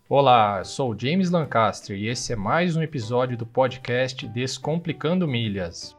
Olá, sou James Lancaster e esse é mais um episódio do podcast Descomplicando Milhas.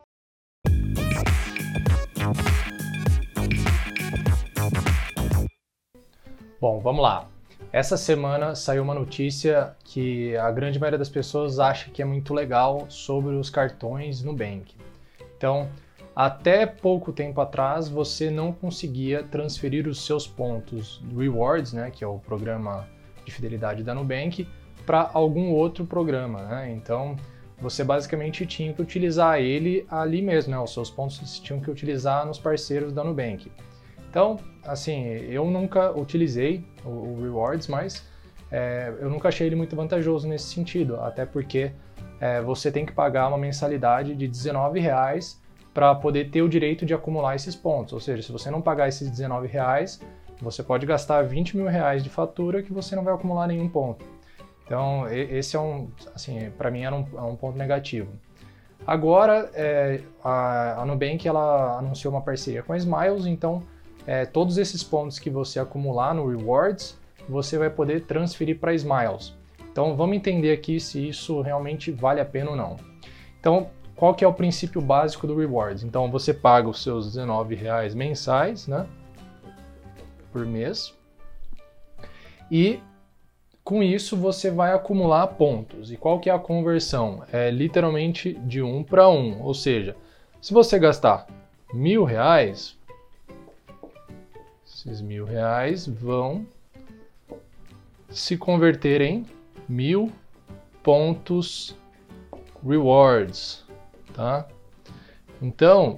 Bom, vamos lá. Essa semana saiu uma notícia que a grande maioria das pessoas acha que é muito legal sobre os cartões Nubank. Então, até pouco tempo atrás, você não conseguia transferir os seus pontos Rewards, né, que é o programa de fidelidade da Nubank, para algum outro programa, né? Então, você basicamente tinha que utilizar ele ali mesmo, né? Os seus pontos você tinham que utilizar nos parceiros da Nubank. Então, assim, eu nunca utilizei o Rewards, mas eu nunca achei ele muito vantajoso nesse sentido, até porque você tem que pagar uma mensalidade de R$19 para poder ter o direito de acumular esses pontos. Ou seja, se você não pagar esses R$19, você pode gastar R$20 mil de fatura que você não vai acumular nenhum ponto. Então, esse para mim era um ponto negativo. Agora, a Nubank ela anunciou uma parceria com a Smiles, então todos esses pontos que você acumular no Rewards, você vai poder transferir para Smiles. Então, vamos entender aqui se isso realmente vale a pena ou não. Então, qual que é o princípio básico do Rewards? Então, você paga os seus R$19 mensais, né, por mês, e com isso você vai acumular pontos. E qual que é a conversão? É literalmente de 1 para 1, ou seja, se você gastar R$1.000, esses R$1.000 vão se converter em 1.000 pontos Rewards, tá? Então,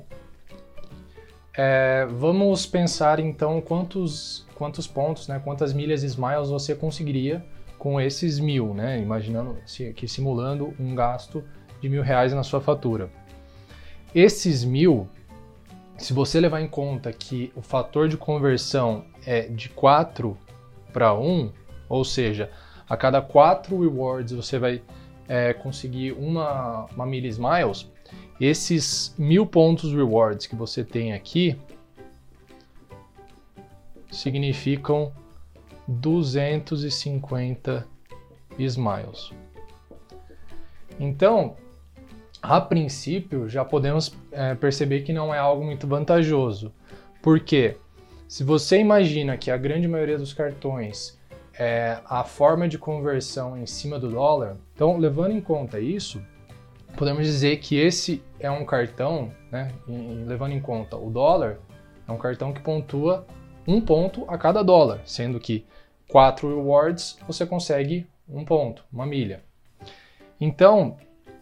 vamos pensar então quantos pontos, né, quantas milhas Smiles você conseguiria com esses 1.000, né? Imaginando aqui simulando um gasto de R$1.000 na sua fatura. Esses 1.000, se você levar em conta que o fator de conversão é de 4 para 1, ou seja, a cada 4 rewards você vai conseguir uma milha Smiles, esses 1.000 pontos rewards que você tem aqui significam 250 Smiles. Então, a princípio, já podemos perceber que não é algo muito vantajoso. Porque se você imagina que a grande maioria dos cartões a forma de conversão em cima do dólar, então, levando em conta isso, podemos dizer que esse é um cartão, né, levando em conta o dólar, é um cartão que pontua 1 ponto a cada dólar, sendo que 4 rewards você consegue 1 ponto, uma milha. Então,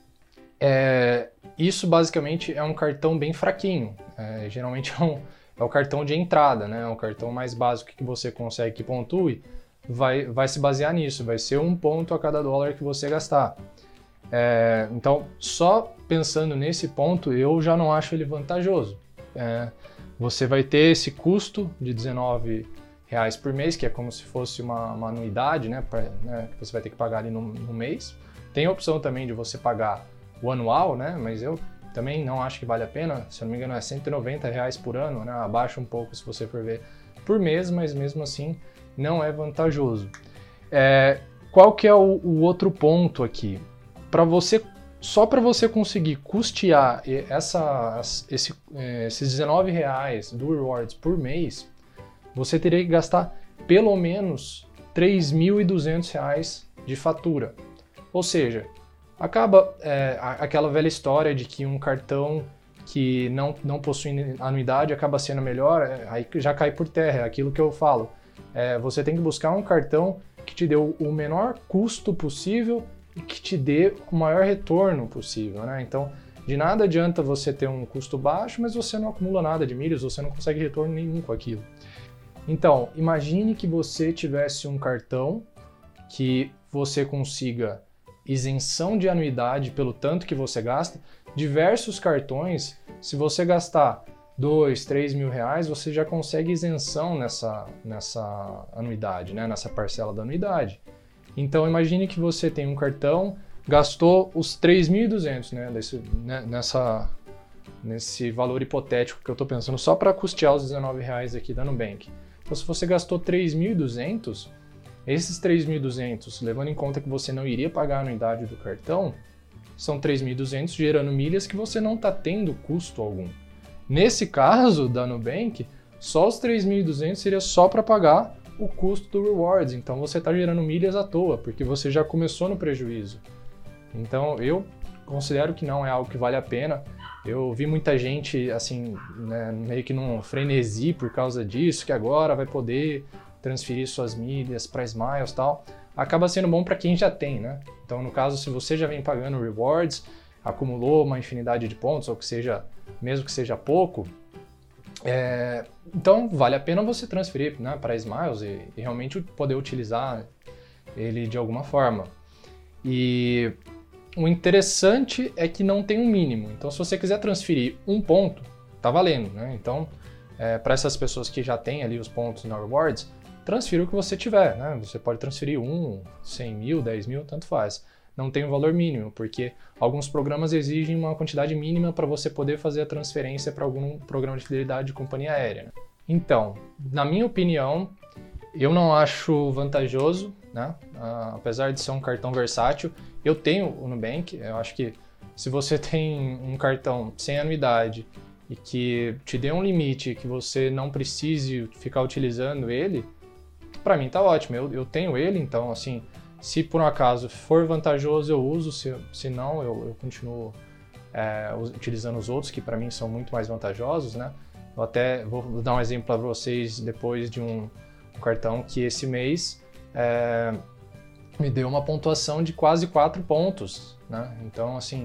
isso basicamente é um cartão bem fraquinho. Geralmente é o cartão de entrada, né, é o cartão mais básico que você consegue que pontue, vai se basear nisso, vai ser 1 ponto a cada dólar que você gastar. Então, só pensando nesse ponto, eu já não acho ele vantajoso. Você vai ter esse custo de R$19 por mês, que é como se fosse uma anuidade, né, que você vai ter que pagar ali no mês. Tem a opção também de você pagar o anual, né, mas eu também não acho que vale a pena. Se eu não me engano, é R$190 por ano, né, abaixa um pouco se você for ver por mês, mas mesmo assim não é vantajoso. Qual que é o outro ponto aqui? Só para você conseguir custear esses R$19 do Rewards por mês, você teria que gastar pelo menos R$3.200 de fatura. Ou seja, acaba aquela velha história de que um cartão que não possui anuidade acaba sendo melhor, aí já cai por terra, é aquilo que eu falo. Você tem que buscar um cartão que te dê o menor custo possível e que te dê o maior retorno possível, né? Então, de nada adianta você ter um custo baixo, mas você não acumula nada de milhas, você não consegue retorno nenhum com aquilo. Então, imagine que você tivesse um cartão que você consiga isenção de anuidade pelo tanto que você gasta. Diversos cartões, se você gastar R$2, R$3.000, você já consegue isenção nessa anuidade, né? Nessa parcela da anuidade. Então, imagine que você tem um cartão, gastou os 3.200, né, nesse valor hipotético que eu estou pensando, só para custear os R$19 aqui da Nubank. Então, se você gastou 3.200, Esses 3.200, levando em conta que você não iria pagar a anuidade do cartão, são 3.200 gerando milhas que você não está tendo custo algum. Nesse caso da Nubank, só os 3.200 seria só para pagar o custo do Rewards. Então você está gerando milhas à toa, porque você já começou no prejuízo. Então eu considero que não é algo que vale a pena. Eu vi muita gente assim, né, meio que num frenesi por causa disso, que agora vai poder transferir suas milhas para Smiles e tal. Acaba sendo bom para quem já tem, né? Então, no caso, se você já vem pagando rewards, acumulou uma infinidade de pontos, ou que seja, mesmo que seja pouco, então vale a pena você transferir, né, para Smiles e realmente poder utilizar ele de alguma forma. E o interessante é que não tem um mínimo. Então, se você quiser transferir um ponto, tá valendo, né? Então, para essas pessoas que já têm ali os pontos na rewards, transfira o que você tiver, né? Você pode transferir 100 mil, 10 mil, tanto faz. Não tem um valor mínimo, porque alguns programas exigem uma quantidade mínima para você poder fazer a transferência para algum programa de fidelidade de companhia aérea, né? Então, na minha opinião, eu não acho vantajoso, né? Apesar de ser um cartão versátil, eu tenho o Nubank. Eu acho que se você tem um cartão sem anuidade e que te dê um limite que você não precise ficar utilizando ele, para mim tá ótimo, eu tenho ele, então assim, se por um acaso for vantajoso eu uso, se não eu continuo utilizando os outros que para mim são muito mais vantajosos, né? Eu até vou dar um exemplo para vocês depois de um cartão que esse mês me deu uma pontuação de quase 4 pontos, né? Então assim,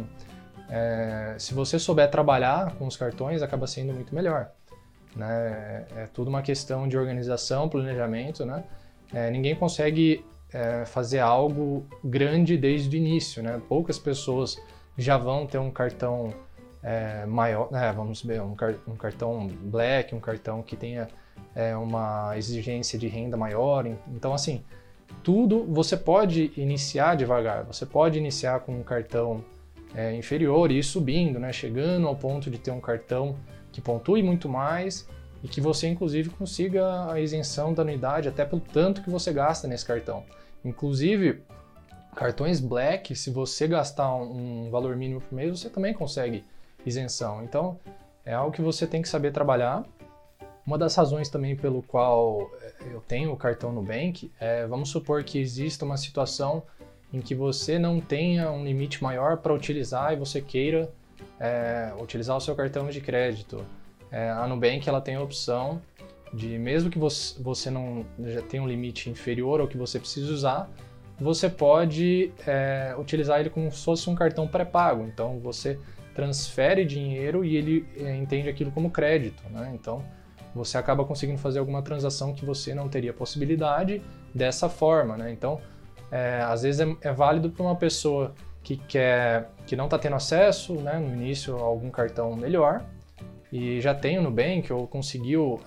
se você souber trabalhar com os cartões acaba sendo muito melhor. Né? É tudo uma questão de organização, planejamento, né? Ninguém consegue fazer algo grande desde o início, né? Poucas pessoas já vão ter um cartão maior, vamos ver, um cartão Black, um cartão que tenha uma exigência de renda maior. Então, assim, tudo você pode iniciar devagar, você pode iniciar com um cartão inferior e ir subindo, né? Chegando ao ponto de ter um cartão que pontue muito mais e que você, inclusive, consiga a isenção da anuidade até pelo tanto que você gasta nesse cartão. Inclusive, cartões Black, se você gastar um valor mínimo por mês, você também consegue isenção. Então, é algo que você tem que saber trabalhar. Uma das razões também pelo qual eu tenho o cartão Nubank vamos supor que exista uma situação em que você não tenha um limite maior para utilizar e você queira utilizar o seu cartão de crédito. A Nubank ela tem a opção de, mesmo que você não já tenha um limite inferior ao que você precisa usar, você pode utilizar ele como se fosse um cartão pré-pago. Então você transfere dinheiro e ele entende aquilo como crédito, né? Então você acaba conseguindo fazer alguma transação que você não teria possibilidade dessa forma, né? Então às vezes é válido para uma pessoa que não está tendo acesso, né, no início a algum cartão melhor e já tem o Nubank ou conseguiu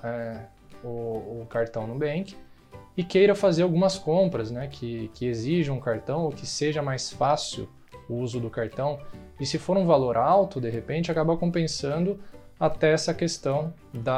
o cartão Nubank e queira fazer algumas compras, né, que exijam um cartão ou que seja mais fácil o uso do cartão. E se for um valor alto, de repente, acaba compensando até essa questão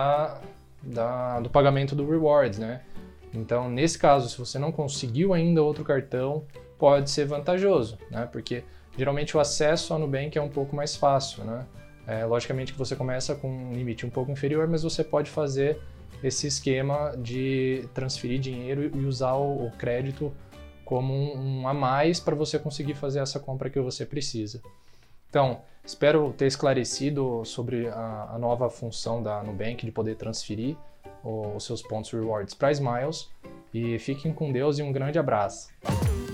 do pagamento do Rewards, né? Então, nesse caso, se você não conseguiu ainda outro cartão, pode ser vantajoso, né? Porque geralmente o acesso ao Nubank é um pouco mais fácil, né? Logicamente que você começa com um limite um pouco inferior, mas você pode fazer esse esquema de transferir dinheiro e usar o crédito como um a mais para você conseguir fazer essa compra que você precisa. Então, espero ter esclarecido sobre a nova função da Nubank de poder transferir os seus pontos rewards para Smiles. E fiquem com Deus e um grande abraço.